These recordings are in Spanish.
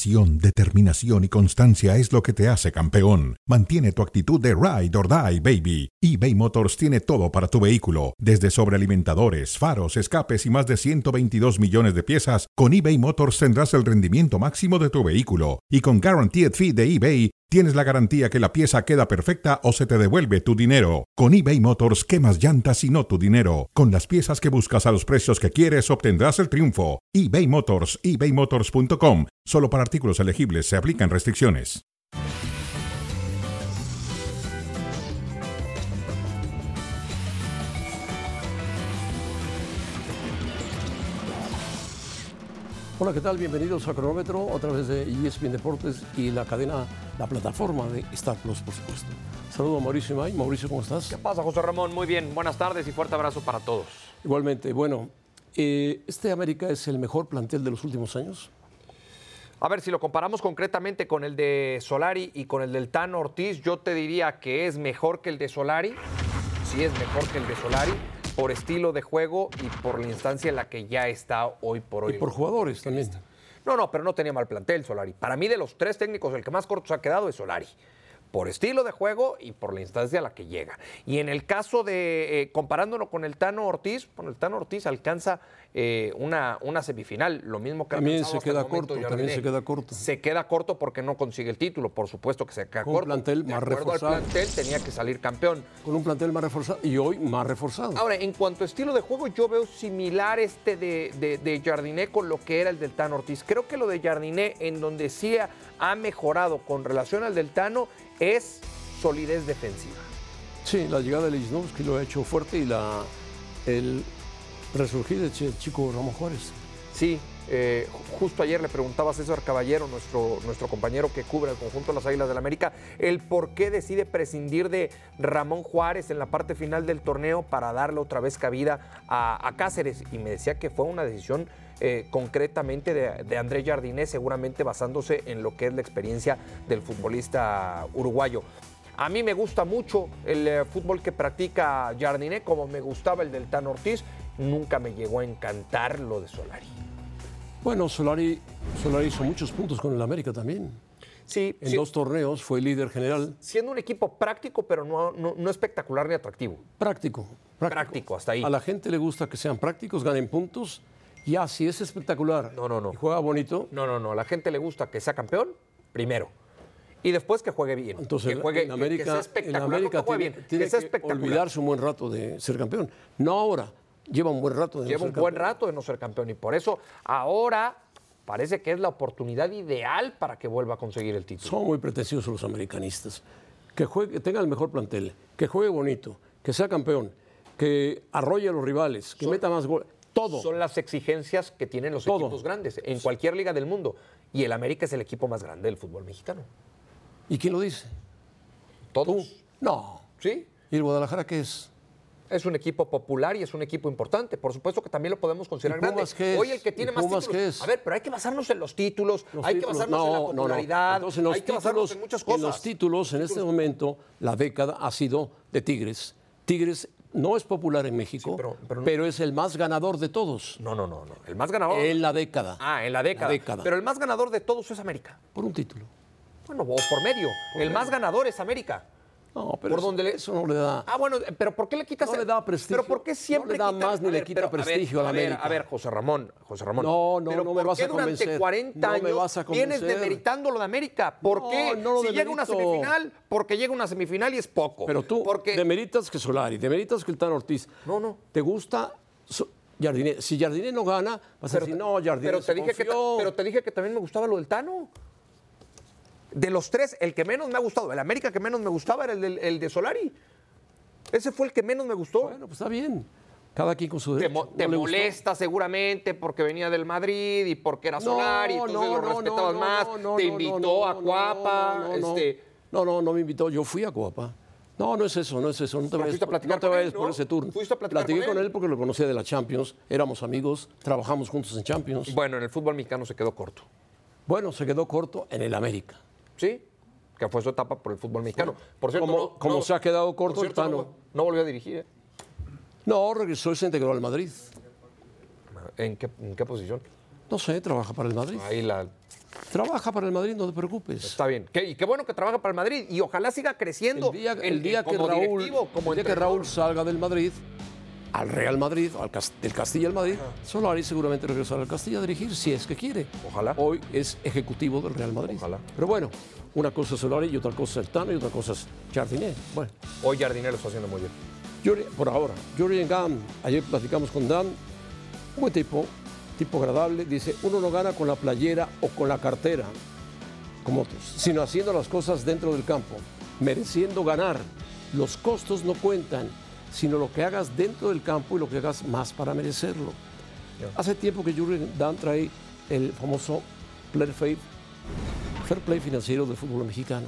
Pasión, determinación y constancia es lo que te hace campeón. Mantiene tu actitud de ride or die, baby. eBay Motors tiene todo para tu vehículo, desde sobrealimentadores, faros, escapes y más de 122 millones de piezas. Con eBay Motors tendrás el rendimiento máximo de tu vehículo. Y con Guaranteed Fee de eBay, tienes la garantía que la pieza queda perfecta o se te devuelve tu dinero. Con eBay Motors, quemas llantas y no tu dinero. Con las piezas que buscas a los precios que quieres, obtendrás el triunfo. eBay Motors, ebaymotors.com. Solo para artículos elegibles se aplican restricciones. Hola, ¿qué tal? Bienvenidos a Cronómetro, a través de ESPN Deportes y la cadena, la plataforma de Star Plus, por supuesto. Saludo a Mauricio May. Mauricio, ¿cómo estás? ¿Qué pasa, José Ramón? Muy bien, buenas tardes y fuerte abrazo para todos. Igualmente, bueno, ¿este América es el mejor plantel de los últimos años? A ver, si lo comparamos concretamente con el de Solari y con el del Tano Ortiz, yo te diría que es mejor que el de Solari. Sí, es mejor que el de Solari, por estilo de juego y por la instancia en la que ya está hoy por hoy. Y por jugadores también. No, pero no tenía mal plantel Solari. Para mí, de los tres técnicos, el que más corto se ha quedado es Solari. Por estilo de juego y por la instancia a la que llega. Y en el caso de, comparándolo con el Tano Ortiz, bueno, el Tano Ortiz alcanza una semifinal, lo mismo que también se queda corto, también se queda corto. Se queda corto porque no consigue el título, por supuesto que se queda corto. Con un plantel más reforzado. Al plantel tenía que salir campeón. Con un plantel más reforzado y hoy más reforzado. Ahora, en cuanto a estilo de juego, yo veo similar de Jardiné con lo que era el del Tano Ortiz. Creo que lo de Jardiné, en donde sí ha mejorado con relación al del Tano, es solidez defensiva. Sí, la llegada de Lichnowsky lo ha hecho fuerte y el resurgir de chico Ramón Juárez. Sí, justo ayer le preguntaba a César Caballero, nuestro compañero que cubre el conjunto de las Águilas del América, el por qué decide prescindir de Ramón Juárez en la parte final del torneo para darle otra vez cabida a Cáceres. Y me decía que fue una decisión concretamente de André Jardiné, seguramente basándose en lo que es la experiencia del futbolista uruguayo. A mí me gusta mucho el fútbol que practica Jardiné, como me gustaba el del Tano Ortiz. Nunca me llegó a encantar lo de Solari. Bueno, Solari hizo muchos puntos con el América también. Sí, en 2 torneos fue líder general. Siendo un equipo práctico, pero no espectacular ni atractivo. Práctico, hasta ahí. A la gente le gusta que sean prácticos, ganen puntos. Ya, si es espectacular y juega bonito. No. A la gente le gusta que sea campeón, primero. Y después que juegue bien. Entonces, que juegue, en América, que sea espectacular. En América no, tiene que olvidarse un buen rato de ser campeón. No ahora, lleva un buen rato de no ser campeón. Lleva un buen rato de no ser campeón. Y por eso ahora parece que es la oportunidad ideal para que vuelva a conseguir el título. Son muy pretenciosos los americanistas. Que tenga el mejor plantel, que juegue bonito, que sea campeón, que arrolle a los rivales, que meta más goles. Todo. Son las exigencias que tienen los equipos grandes en cualquier liga del mundo. Y el América es el equipo más grande del fútbol mexicano. ¿Y quién lo dice? ¿Todos? ¿Tú? No. ¿Sí? ¿Y el Guadalajara qué es? Es un equipo popular y es un equipo importante. Por supuesto que también lo podemos considerar grande. Hoy el que tiene más títulos. A ver, pero hay que basarnos en los títulos, hay que basarnos en la popularidad, hay que basarnos en muchas cosas. En los títulos, en este momento, la década ha sido de Tigres. Tigres no es popular en México, sí, pero es el más ganador de todos. No. El más ganador. En la década. En la década. Pero el más ganador de todos es América. Por un título. Bueno, o por medio. El más ganador es América. No, pero eso no le da. Bueno, pero ¿por qué le quitas? No le da prestigio. Pero ¿por qué siempre no le da más ni le quita prestigio a la América? A ver, José Ramón. No me vas a convencer. Durante 40 años vienes demeritando lo de América? ¿Por qué? Si llega una semifinal, porque llega una semifinal y es poco. Pero tú demeritas que Solari, demeritas que el Tano Ortiz. No. ¿Te gusta Jardiné? Si Jardiné no gana, vas a decir, no, Jardiné pero te dije que también me gustaba lo del Tano. De los tres, el que menos me ha gustado, el América que menos me gustaba era el de Solari. Ese fue el que menos me gustó. Bueno, pues está bien. Cada quien con su derecho. Te molesta seguramente porque venía del Madrid y porque era Solari, entonces lo respetabas más. Te invitó a Cuapa. No me invitó. Yo fui a Cuapa. No es eso. No te vayas por ese turno. Platiqué con él porque lo conocía de la Champions. Éramos amigos, trabajamos juntos en Champions. Bueno, en el fútbol mexicano se quedó corto. Bueno, se quedó corto en el América. Sí, que fue su etapa por el fútbol mexicano. Por cierto, como se ha quedado corto el Tano. No volvió a dirigir. No, regresó y se integró al Madrid. ¿En qué posición? No sé, trabaja para el Madrid. Ahí Trabaja para el Madrid, no te preocupes. Está bien. Y qué bueno que trabaja para el Madrid. Y ojalá siga creciendo. El día que Raúl salga del Madrid, al Real Madrid, del Castilla al Madrid, Solari seguramente regresará al Castilla a dirigir si es que quiere. Ojalá. Hoy es ejecutivo del Real Madrid. Ojalá. Pero bueno, una cosa es Solari y otra cosa es el Tano y otra cosa es Jardiné. Bueno. Hoy Jardiné lo está haciendo muy bien. Por ahora, Jürgen Damm, ayer platicamos con Dan, un buen tipo agradable, dice, uno no gana con la playera o con la cartera, como otros, sino haciendo las cosas dentro del campo, mereciendo ganar. Los costos no cuentan, sino lo que hagas dentro del campo y lo que hagas más para merecerlo. Hace tiempo que Jürgen Damm trae el famoso fair play financiero del fútbol mexicano.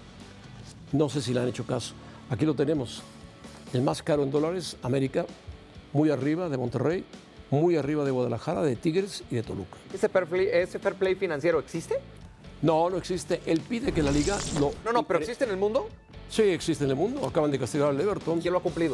Sí. No sé si le han hecho caso. Aquí lo tenemos. El más caro en dólares, América, muy arriba de Monterrey, muy arriba de Guadalajara, de Tigres y de Toluca. ¿Ese fair play financiero existe? No, no existe. Él pide que la liga lo... No, pero ¿existe en el mundo? Sí, existe en el mundo. Acaban de castigar al Everton. ¿Quién lo ha cumplido?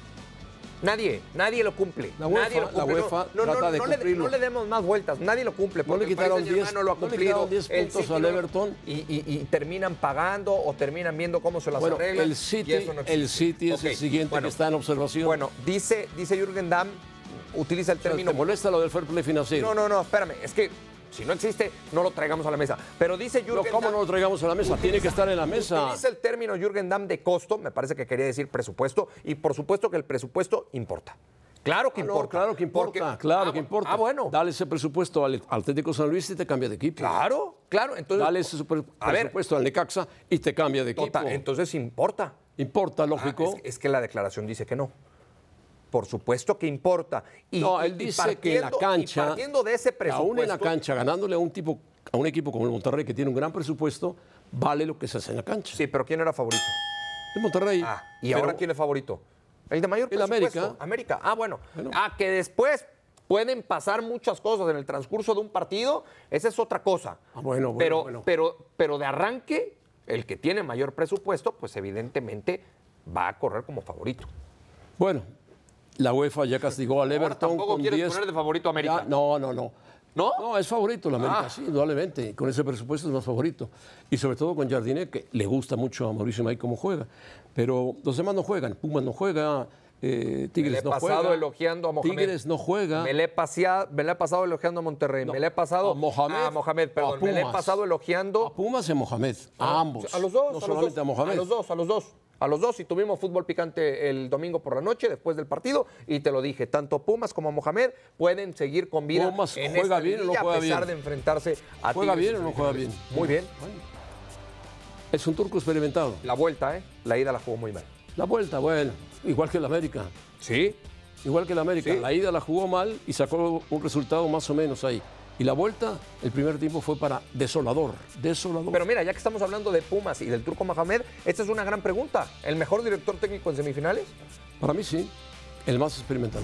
Nadie lo cumple. La UEFA trata de cumplirlo. No le demos más vueltas, nadie lo cumple. No le quitaron 10 puntos al Everton. Y terminan pagando o terminan viendo cómo se las arreglan. El City es el siguiente que está en observación. Bueno, dice Jürgen Damm, utiliza el término... ¿Te molesta lo del fair play financiero? No, espérame, es que si no existe, no lo traigamos a la mesa. Pero dice Jürgen Damm... ¿Cómo no lo traigamos a la mesa? Tiene que estar en la mesa. Utiliza el término Jürgen Damm de costo, me parece que quería decir presupuesto, y por supuesto que el presupuesto importa. Claro que importa. Claro que importa, claro que importa. Bueno. Dale ese presupuesto al Atlético San Luis y te cambia de equipo. Claro. Entonces, dale ese presupuesto al Necaxa y te cambia de equipo. Entonces importa. Importa, lógico. Es que la declaración dice que no. Por supuesto que importa. Él dice que en la cancha, partiendo de ese presupuesto, aún en la cancha, ganándole a un equipo como el Monterrey, que tiene un gran presupuesto, vale lo que se hace en la cancha. Sí, pero ¿quién era favorito? El Monterrey. ¿Y ahora quién es favorito? El de mayor presupuesto. El América. Bueno. Que después pueden pasar muchas cosas en el transcurso de un partido, esa es otra cosa. Pero de arranque, el que tiene mayor presupuesto, pues evidentemente va a correr como favorito. Bueno, la UEFA ya castigó al Everton. ¿Tampoco con quieres 10. poner de favorito a América? No. ¿No? No, es favorito la América, sí, indudablemente. Con ese presupuesto es más favorito. Y sobre todo con Jardiné, que le gusta mucho a Mauricio May cómo juega. Pero los demás no juegan. Pumas no juega, Tigres no juega. Me le he pasado elogiando a Mohamed. Tigres no juega. Me le he pasado elogiando a Monterrey. Me le he pasado a Mohamed, perdón. Me le he pasado elogiando a Pumas y a Mohamed. A ambos. A los dos. No solamente a Mohamed. A los dos, y tuvimos fútbol picante el domingo por la noche, después del partido, y te lo dije, tanto Pumas como Mohamed pueden seguir con vida. Pumas en juega esta bien o no juega bien. A pesar de enfrentarse a ¿Juega bien o no juega bien? Muy bien. Bueno. Es un turco experimentado. La vuelta, la ida la jugó muy mal. La vuelta, bueno, igual que el América. Sí. Igual que el América. Sí. La ida la jugó mal y sacó un resultado más o menos ahí. Y la vuelta, el primer tiempo fue para desolador. Pero mira, ya que estamos hablando de Pumas y del turco Mohamed, esta es una gran pregunta. ¿El mejor director técnico en semifinales? Para mí sí, el más experimentado.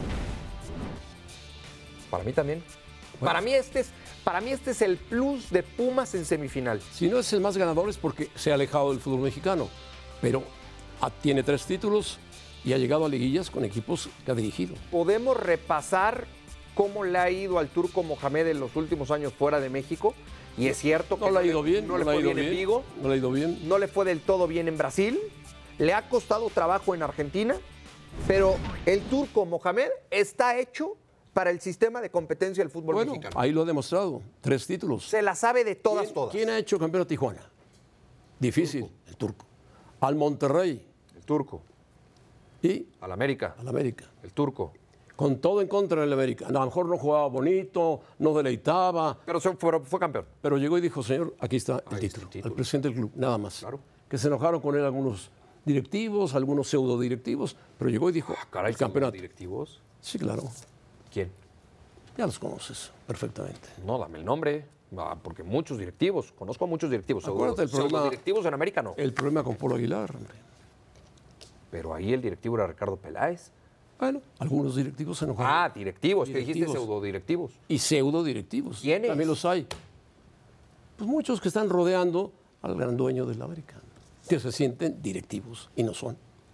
Para mí también. Bueno. Para mí este es el plus de Pumas en semifinal. Si no es el más ganador es porque se ha alejado del fútbol mexicano. Pero tiene 3 títulos y ha llegado a liguillas con equipos que ha dirigido. ¿Podemos repasar cómo le ha ido al turco Mohamed en los últimos años fuera de México? Y es cierto que no le ha ido bien, no le fue bien en Vigo, no le ha ido bien, no le fue del todo bien en Brasil, le ha costado trabajo en Argentina, pero el turco Mohamed está hecho para el sistema de competencia del fútbol mexicano. Ahí lo ha demostrado, 3 títulos. Se la sabe de todas. ¿Quién ha hecho campeón a Tijuana? Difícil, el turco. Al Monterrey. El turco. Y al América. Al América. El turco. Con todo en contra del América. A lo mejor no jugaba bonito, no deleitaba. Pero fue campeón. Pero llegó y dijo, señor, aquí está el título. Al presidente del club, nada más. Claro. Que se enojaron con él algunos directivos, algunos pseudo directivos, pero llegó y dijo, caray, el campeonato. ¿Directivos? Sí, claro. ¿Quién? Ya los conoces perfectamente. No, dame el nombre. Porque muchos directivos, conozco a muchos directivos. Acuérdate el problema. Directivos en América no. El problema con Polo Aguilar, hombre. Pero ahí el directivo era Ricardo Peláez. Bueno, algunos directivos se enojaron. Directivos, que dijiste pseudodirectivos. Y pseudodirectivos. ¿Quiénes? También los hay. Pues muchos que están rodeando al gran dueño del América, que se sienten directivos y no son.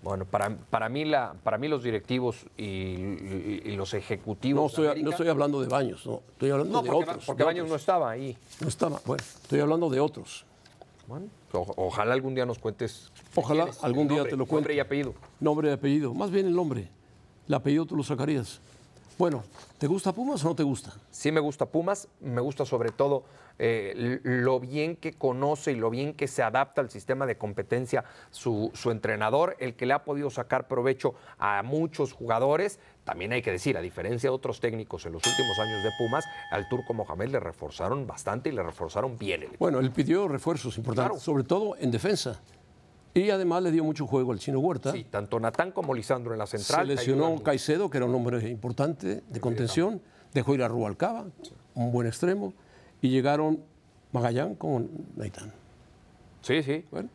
Bueno, para mí los directivos y los ejecutivos. No estoy hablando de Baños, no. Estoy hablando de otros. Porque Baños no estaba ahí. No estaba. Bueno, estoy hablando de otros. Bueno, ojalá algún día nos cuentes. Ojalá algún día te lo cuente. Nombre y apellido. Nombre y apellido. Más bien el nombre. El apellido tú lo sacarías. Bueno, ¿te gusta Pumas o no te gusta? Sí me gusta Pumas, me gusta sobre todo lo bien que conoce y lo bien que se adapta al sistema de competencia su entrenador, el que le ha podido sacar provecho a muchos jugadores. También hay que decir, a diferencia de otros técnicos en los últimos años de Pumas, al Turco Mohamed le reforzaron bastante y le reforzaron bien el equipo. Bueno, él pidió refuerzos importantes, Claro. sobre todo en defensa. Y además le dio mucho juego al Chino Huerta. Sí, tanto Natán como Lisandro en la central. Se lesionó ayudan. Caicedo, que era un hombre importante de contención. Dejó ir a Rubalcaba, un buen extremo. Y llegaron Magallán con Naitán. Sí, sí. Bueno.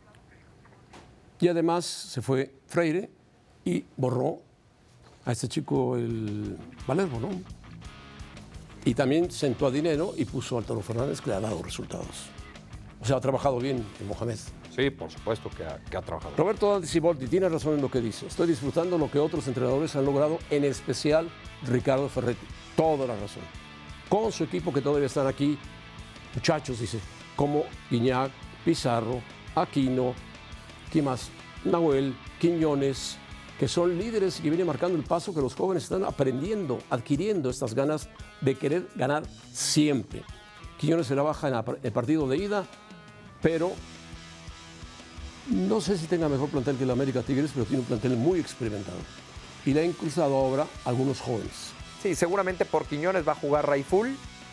Y además se fue Freire y borró a este chico el Valerbo, ¿no? Y también sentó a Dinero y puso al Toro Fernández, que le ha dado resultados. O sea, ha trabajado bien el Mohamed. Sí, por supuesto que ha trabajado. Roberto Dante Siboldi tiene razón en lo que dice. Estoy disfrutando lo que otros entrenadores han logrado, en especial Ricardo Ferretti. Toda la razón. Con su equipo que todavía están aquí, muchachos, dice, como Guiñac, Pizarro, Aquino, ¿quién más? Nahuel, Quiñones, que son líderes y que vienen marcando el paso que los jóvenes están aprendiendo, adquiriendo estas ganas de querer ganar siempre. Quiñones se la baja en el partido de ida, pero no sé si tenga mejor plantel que el América Tigres, pero tiene un plantel muy experimentado. Y le ha incrustado ahora a algunos jóvenes. Sí, seguramente por Quiñones va a jugar Raiful.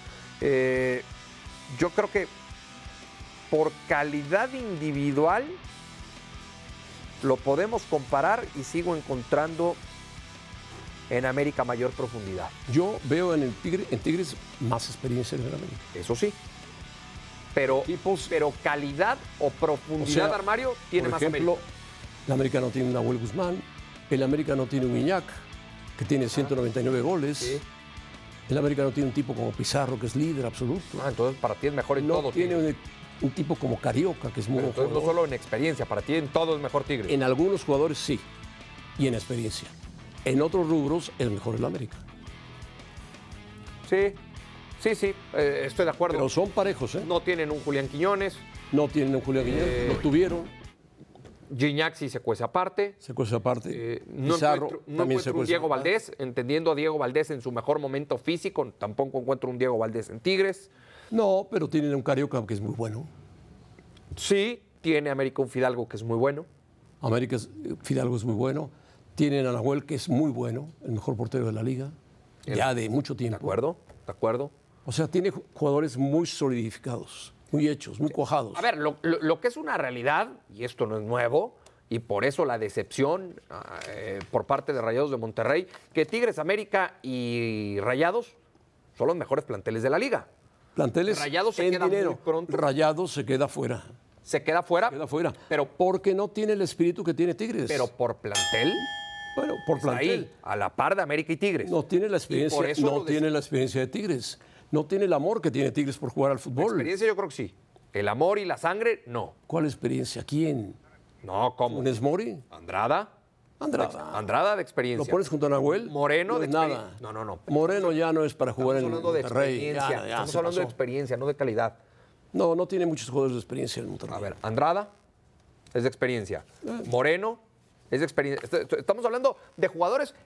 Yo creo que por calidad individual lo podemos comparar y sigo encontrando en América mayor profundidad. Yo veo en Tigres más experiencia que en el América. Eso sí. Pero calidad o profundidad de armario tiene por más ejemplo, América. el América no tiene un Nahuel Guzmán, el América no tiene un Iñak, que tiene 199 goles. Sí. El América no tiene un tipo como Pizarro, que es líder absoluto. Entonces para ti es mejor en No todo. tiene un tipo como Carioca, que es muy Pero buen entonces no jugador. solo en experiencia, para ti en todo es mejor Tigres. En algunos jugadores sí, y en experiencia. En otros rubros, el mejor es el América. Sí, estoy de acuerdo. Pero son parejos, ¿eh? No tienen un Julián Quiñones, No tienen un Julián Guillén, lo tuvieron, Gignac sí se cuece aparte. se cuece aparte. No Pizarro encuentro también se un cuece Diego aparte. Valdés, entendiendo a Diego Valdés en su mejor momento físico, tampoco encuentro un Diego Valdés en Tigres. No, pero tienen un Carioca que es muy bueno. Sí, tiene América un Fidalgo que es muy bueno. Fidalgo es muy bueno. Tienen a Nahuel, que es muy bueno, el mejor portero de la liga, ya de mucho tiempo. De acuerdo. O sea, tiene jugadores muy solidificados, muy hechos, muy cuajados. A ver, lo que es una realidad, y esto no es nuevo, y por eso la decepción por parte de Rayados de Monterrey, que Tigres, América y Rayados son los mejores planteles de la liga. Planteles Rayados se en queda dinero. muy pronto. Rayados se queda fuera. Se queda fuera, Pero porque no tiene el espíritu que tiene Tigres. pero por plantel, bueno, por está plantel. ahí, a la par de América y Tigres. No tiene la experiencia, por eso no lo tiene la experiencia de Tigres. No tiene el amor que tiene Tigres por jugar al La fútbol. experiencia yo creo que sí. El amor y la sangre, no. ¿Cuál experiencia? ¿Quién? No, ¿cómo? ¿Funes Mori? Andrada. Andrada de experiencia. ¿Lo pones junto a Nahuel? Moreno no de es nada. experiencia. No. Moreno ya no es para jugar en Estamos hablando de Monterrey. experiencia. Ya Estamos se hablando de pasó. experiencia, no de calidad. No tiene muchos jugadores de experiencia en Monterrey. A ver, Andrada es de experiencia. Moreno es de experiencia. Estamos hablando de jugadores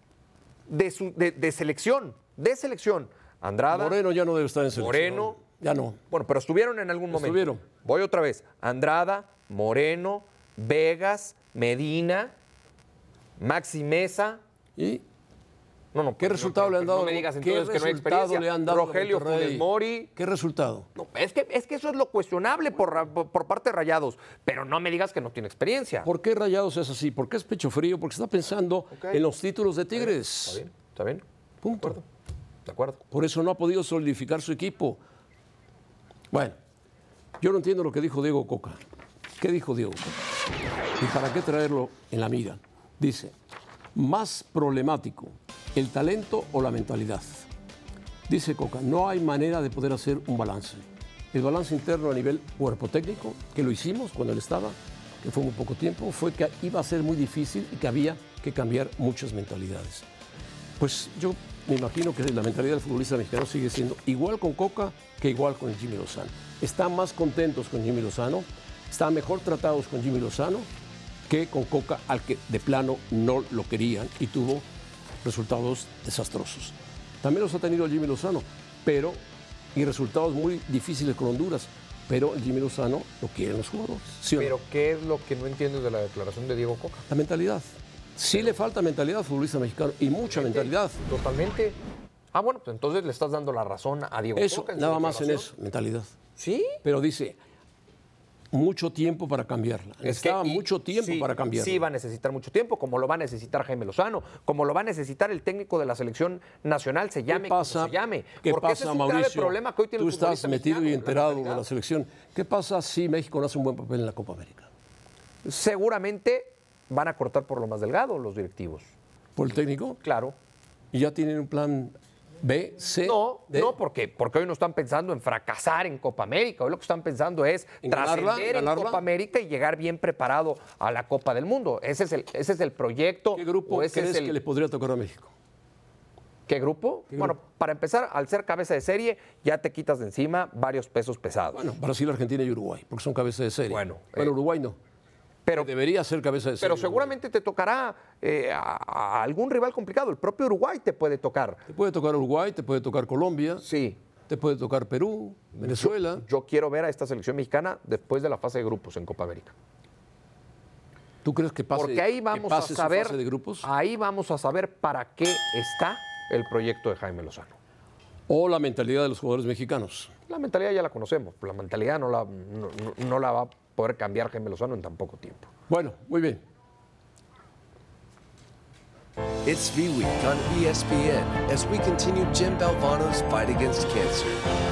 de selección. De selección. Andrada. Moreno ya no debe estar en selección. Moreno. Ya no. Bueno, pero estuvieron en algún momento. Estuvieron. Voy otra vez. Andrada, Moreno, Vegas, Medina, Maxi Mesa. ¿Y No, qué resultado le han dado? No me digas ¿Qué entonces que no hay resultado experiencia. le han dado a Rogelio Monterrey? Funes Mori. ¿Qué resultado? No, es que eso es lo cuestionable por parte de Rayados. Pero no me digas que no tiene experiencia. ¿Por qué Rayados es así? ¿Por qué es pecho frío? Porque está pensando en los títulos de Tigres. Está bien. Punto. De acuerdo. Por eso no ha podido solidificar su equipo. Bueno, yo no entiendo lo que dijo Diego Coca. ¿Qué dijo Diego Coca? ¿Y para qué traerlo en la mira? Dice, más problemático, el talento o la mentalidad. Dice Coca, no hay manera de poder hacer un balance. El balance interno a nivel cuerpo técnico, que lo hicimos cuando él estaba, que fue muy poco tiempo, fue que iba a ser muy difícil y que había que cambiar muchas mentalidades. Pues yo me imagino que la mentalidad del futbolista mexicano sigue siendo igual con Coca que igual con Jimmy Lozano. Están más contentos con Jimmy Lozano, están mejor tratados con Jimmy Lozano que con Coca, al que de plano no lo querían y tuvo resultados desastrosos. También los ha tenido el Jimmy Lozano, y resultados muy difíciles con Honduras, pero el Jimmy Lozano lo quieren los jugadores. ¿Sí o no? Pero ¿qué es lo que no entiendes de la declaración de Diego Coca? La mentalidad. Sí le falta mentalidad al futbolista mexicano y mucha mentalidad. Totalmente. Bueno, pues entonces le estás dando la razón a Diego Eso, Coca. nada más en eso, mentalidad. ¿Sí? Pero dice, mucho tiempo para cambiarla. Necesitaba mucho tiempo para cambiarla. Sí, va a necesitar mucho tiempo, como lo va a necesitar Jaime Lozano, como lo va a necesitar el técnico de la selección nacional, se llame como se llame. ¿Qué Porque pasa, ese es un Mauricio? grave problema que hoy tiene Tú el estás futbolista metido y mexicano, enterado la de mentalidad. la selección. ¿Qué pasa si México no hace un buen papel en la Copa América? Seguramente van a cortar por lo más delgado los directivos. ¿Por el técnico? Claro. ¿Y ya tienen un plan B, C? No, D? no, porque hoy no están pensando en fracasar en Copa América. Hoy lo que están pensando es ¿En ganarla? trascender en ¿Ganarla? Copa América y llegar bien preparado a la Copa del Mundo. Ese es el proyecto. ¿Qué grupo o ese crees es el- que le podría tocar a México? ¿Qué grupo? ¿Qué Bueno, grupo? para empezar, al ser cabeza de serie, ya te quitas de encima varios pesos pesados. Bueno, Brasil, Argentina y Uruguay, porque son cabeza de serie. Bueno, Uruguay no. pero, Debería ser cabeza de serie. pero seguramente te tocará a algún rival complicado. El propio Uruguay te puede tocar. Te puede tocar Uruguay, te puede tocar Colombia, Sí. te puede tocar Perú, Venezuela. Yo quiero ver a esta selección mexicana después de la fase de grupos en Copa América. ¿Tú crees que pase, Porque ahí que vamos a pase su saber, fase de grupos? ahí vamos a saber para qué está el proyecto de Jaime Lozano. ¿O la mentalidad de los jugadores mexicanos? La mentalidad ya la conocemos, la mentalidad no la va a poder cambiar Jaime Lozano en tan poco tiempo. Bueno, muy bien. It's V-Week on ESPN as we continue Jim Valvano's fight against cancer.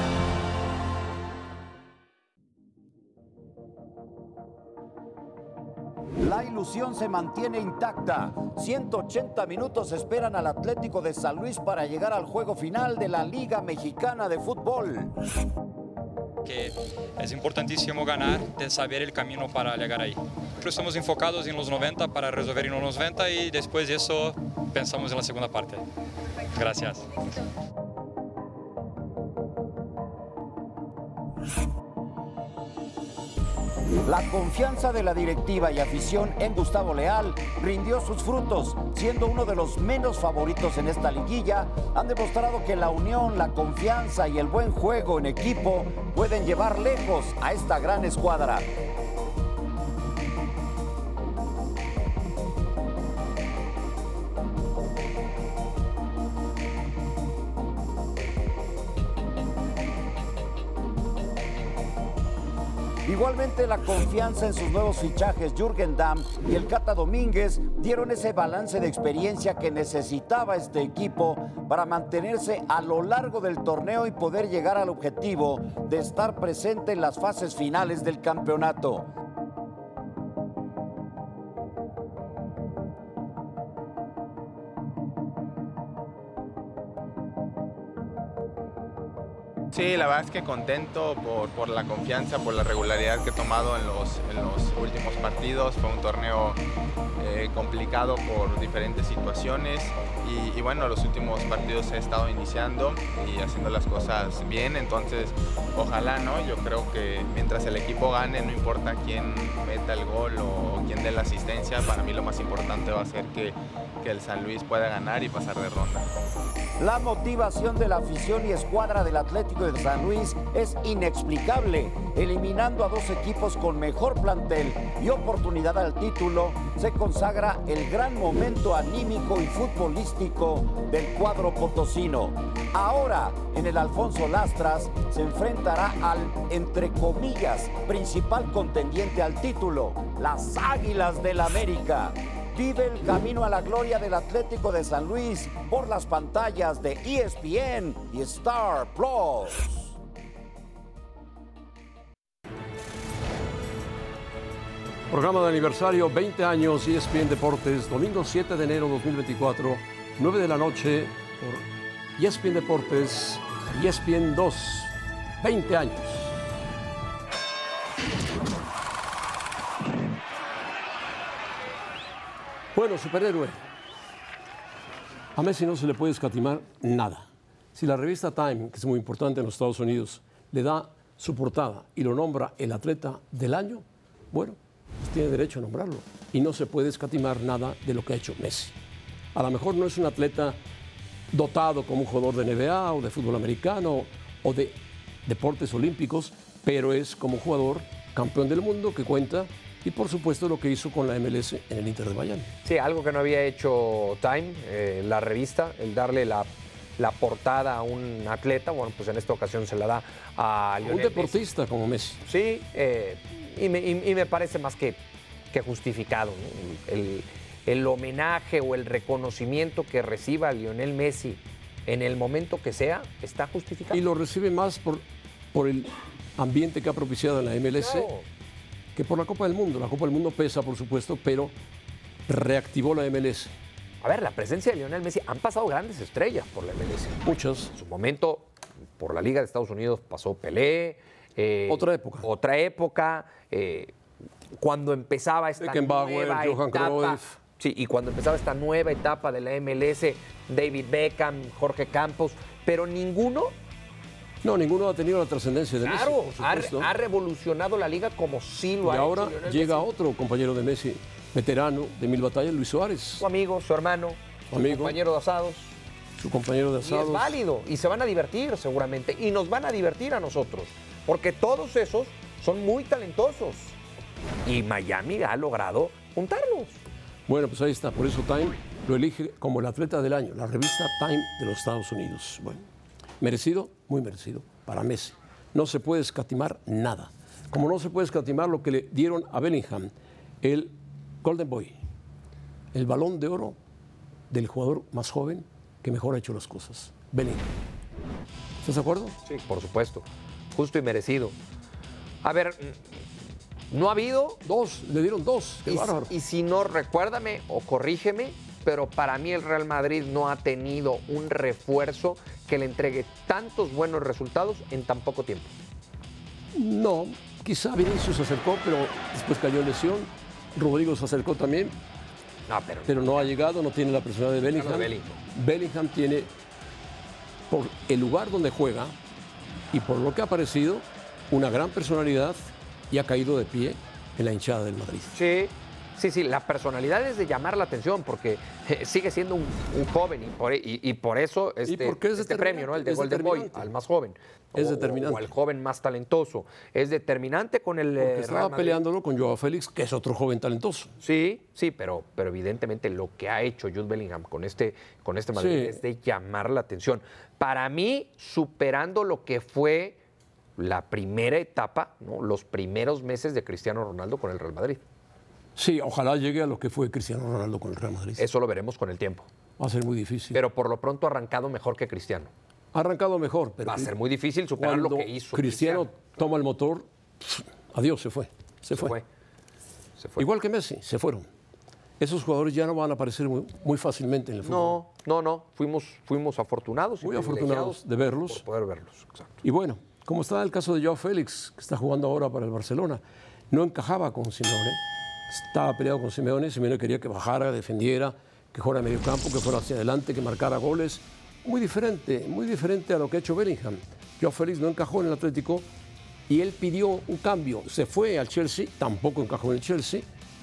La ilusión se mantiene intacta. 180 minutos esperan al Atlético de San Luis para llegar al juego final de la Liga Mexicana de Fútbol. Que es importantísimo ganar, de saber el camino para llegar ahí. Pero estamos enfocados en los 90 para resolver en los 90 y después de eso pensamos en la segunda parte. Gracias. La confianza de la directiva y afición en Gustavo Leal rindió sus frutos. Siendo uno de los menos favoritos en esta liguilla, han demostrado que la unión, la confianza y el buen juego en equipo pueden llevar lejos a esta gran escuadra. Igualmente la confianza en sus nuevos fichajes Jürgen Damm y el Cata Domínguez dieron ese balance de experiencia que necesitaba este equipo para mantenerse a lo largo del torneo y poder llegar al objetivo de estar presente en las fases finales del campeonato. Sí, la verdad es que contento por la confianza, por la regularidad que he tomado en los últimos partidos. Fue un torneo complicado por diferentes situaciones y bueno, los últimos partidos he estado iniciando y haciendo las cosas bien, entonces ojalá, ¿no? Yo creo que mientras el equipo gane, no importa quién meta el gol o quién dé la asistencia, para mí lo más importante va a ser que el San Luis pueda ganar y pasar de ronda. La motivación de la afición y escuadra del Atlético de San Luis es inexplicable. Eliminando a dos equipos con mejor plantel y oportunidad al título, se consagra el gran momento anímico y futbolístico del cuadro potosino. Ahora, en el Alfonso Lastras, se enfrentará al, entre comillas, principal contendiente al título, las Águilas del América. Vive el camino a la gloria del Atlético de San Luis por las pantallas de ESPN y Star Plus. Programa de aniversario, 20 años, ESPN Deportes, domingo 7 de enero 2024, 9 de la noche, por ESPN Deportes, ESPN 2, 20 años. Bueno, superhéroe. A Messi no se le puede escatimar nada. Si la revista Time, que es muy importante en los Estados Unidos, le da su portada y lo nombra el atleta del año, bueno, pues tiene derecho a nombrarlo. Y no se puede escatimar nada de lo que ha hecho Messi. A lo mejor no es un atleta dotado como un jugador de NBA o de fútbol americano o de deportes olímpicos, pero es como jugador campeón del mundo que cuenta, y por supuesto lo que hizo con la MLS en el Inter de Miami. Sí, algo que no había hecho Time, la revista, el darle la portada a un atleta. Bueno, pues en esta ocasión se la da a Lionel Un deportista Messi. como Messi. Sí, y me parece más que justificado, ¿no? El homenaje o el reconocimiento que reciba Lionel Messi en el momento que sea, está justificado. Y lo recibe más por el ambiente que ha propiciado en la MLS, Claro. que por la Copa del Mundo. La Copa del Mundo pesa, por supuesto, pero reactivó la MLS. A ver, la presencia de Lionel Messi, han pasado grandes estrellas por la MLS. Muchas. En su momento, por la Liga de Estados Unidos pasó Pelé. Otra época. Otra época. Cuando empezaba esta Beckenbauer, nueva Johan etapa. Cruyff. Sí, y cuando empezaba esta nueva etapa de la MLS, David Beckham, Jorge Campos, pero ninguno, No, ninguno ha tenido la trascendencia de claro, Messi, por supuesto. ha revolucionado la liga como sí lo Y ha ahora hecho Lionel llega Messi. otro compañero de Messi, veterano de 1000 batallas, Luis Suárez, Su amigo, su hermano, su Amigo. compañero de asados. su compañero de Y es asados. válido, y se van a divertir seguramente, y nos van a divertir a nosotros, porque todos esos son muy talentosos. Y Miami ha logrado juntarlos. Bueno, pues ahí está, por eso Time lo elige como el atleta del año, la revista Time de los Estados Unidos. Bueno, merecido, muy merecido para Messi. No se puede escatimar nada. Como no se puede escatimar lo que le dieron a Bellingham, el Golden Boy, el balón de oro del jugador más joven que mejor ha hecho las cosas, Bellingham. ¿Estás de acuerdo? Sí, por supuesto. Justo y merecido. A ver, no ha habido. Le dieron dos. Qué Y, bárbaro. y si no, recuérdame o corrígeme, pero para mí el Real Madrid no ha tenido un refuerzo que le entregue tantos buenos resultados en tan poco tiempo. No, quizá Vinicius se acercó, pero después cayó en lesión. Rodrigo se acercó también, No, pero no ha llegado, no tiene la personalidad de Bellingham. Claro, Bellingham. Bellingham tiene, por el lugar donde juega y por lo que ha aparecido, una gran personalidad y ha caído de pie en la hinchada del Madrid. Sí, la personalidad es de llamar la atención porque sigue siendo un joven y por eso porque es este premio, ¿no? El de es Golden Boy, determinante. al más joven. Es determinante. O al joven más talentoso. Es determinante con el Porque Real estaba Madrid. peleándolo con Joao Félix, que es otro joven talentoso. Sí, pero evidentemente lo que ha hecho Jude Bellingham con este Madrid Sí. es de llamar la atención. Para mí, superando lo que fue la primera etapa, ¿no? Los primeros meses de Cristiano Ronaldo con el Real Madrid. Sí, ojalá llegue a lo que fue Cristiano Ronaldo con el Real Madrid. Eso lo veremos con el tiempo. Va a ser muy difícil. Pero por lo pronto ha arrancado mejor que Cristiano. Ha arrancado mejor, pero Va a ser muy difícil superar lo cuando que hizo Cristiano toma el motor, adiós, se fue. Se fue. Igual que Messi, se fueron. Esos jugadores ya no van a aparecer muy fácilmente en el fútbol. No. Fuimos afortunados. y Muy afortunados privilegiados de verlos. por poder verlos. Exacto. Y bueno, como está el caso de Joao Félix, que está jugando ahora para el Barcelona, no encajaba con Simeone, estaba peleado con Simeone quería que bajara, defendiera, que jugara a medio campo, que fuera hacia adelante, que marcara goles. Muy diferente a lo que ha hecho Bellingham. Joao Félix no encajó en el Atlético y él pidió un cambio. Se fue al Chelsea, tampoco encajó en el Chelsea,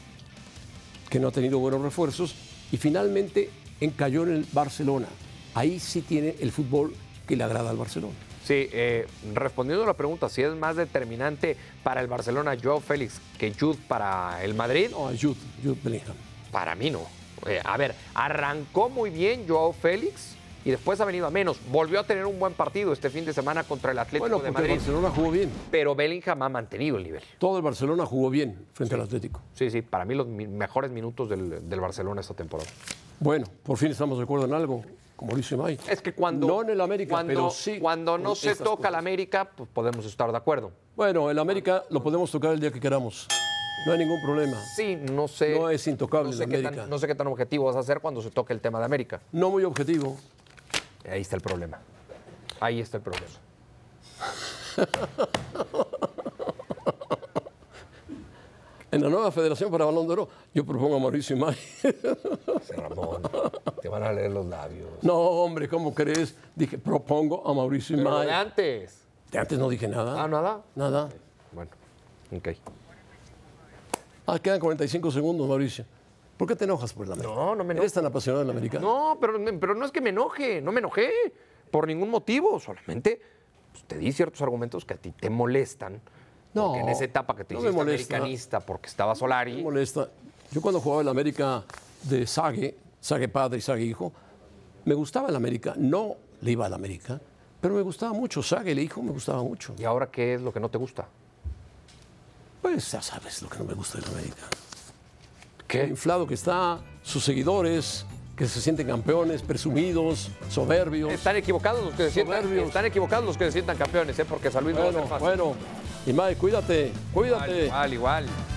que no ha tenido buenos refuerzos, y finalmente encalló en el Barcelona. Ahí sí tiene el fútbol que le agrada al Barcelona. Sí, respondiendo a la pregunta, si es más determinante para el Barcelona Joao Félix que Jude para el Madrid, No, Jude Bellingham. para mí no. A ver, arrancó muy bien Joao Félix y después ha venido a menos. Volvió a tener un buen partido este fin de semana contra el Atlético Bueno, de porque el Madrid, Barcelona jugó bien. pero Bellingham ha mantenido el nivel. Todo el Barcelona jugó bien frente al Atlético. Sí, para mí los mejores minutos del Barcelona esta temporada. Bueno, por fin estamos de acuerdo en algo, como dice Mike. Es que cuando no en el América, pero sí cuando no por se estas toca cosas. la América, pues podemos estar de acuerdo. Bueno, el América lo podemos tocar el día que queramos. No hay ningún problema. Sí, no sé. No es intocable no sé el qué América. no sé qué tan objetivo vas a hacer cuando se toque el tema de América. No muy objetivo. Ahí está el problema. Ahí está el problema. En la nueva federación para Balón de Oro, yo propongo a Mauricio Imay. Ramón, te van a leer los labios. No, hombre, ¿cómo crees? Dije, propongo a Mauricio Pero Imay. de antes. De antes no dije nada. Ah, ¿nada? Nada. Bueno, ok. Quedan 45 segundos, Mauricio. ¿Por qué te enojas por el América? No, no me enojo. ¿Eres tan apasionado del América? No, pero no es que me enoje, no me enojé por ningún motivo, solamente pues, te di ciertos argumentos que a ti te molestan. No, porque en esa etapa que te no me hiciste molesta. americanista porque estaba Solari. Me molesta. Yo cuando jugaba el América de Sague padre y Sague hijo, me gustaba el América. No le iba al América, pero me gustaba mucho. Sague el hijo me gustaba mucho. ¿Y ahora qué es lo que no te gusta? Pues ya sabes lo que no me gusta del América. ¿Qué? Lo inflado que está, sus seguidores, que se sienten campeones, presumidos, soberbios. Están equivocados los que se sientan, Soberbios. están equivocados los que se sientan campeones, porque San Luis no va a ser fácil. Bueno, Imay, cuídate. Igual.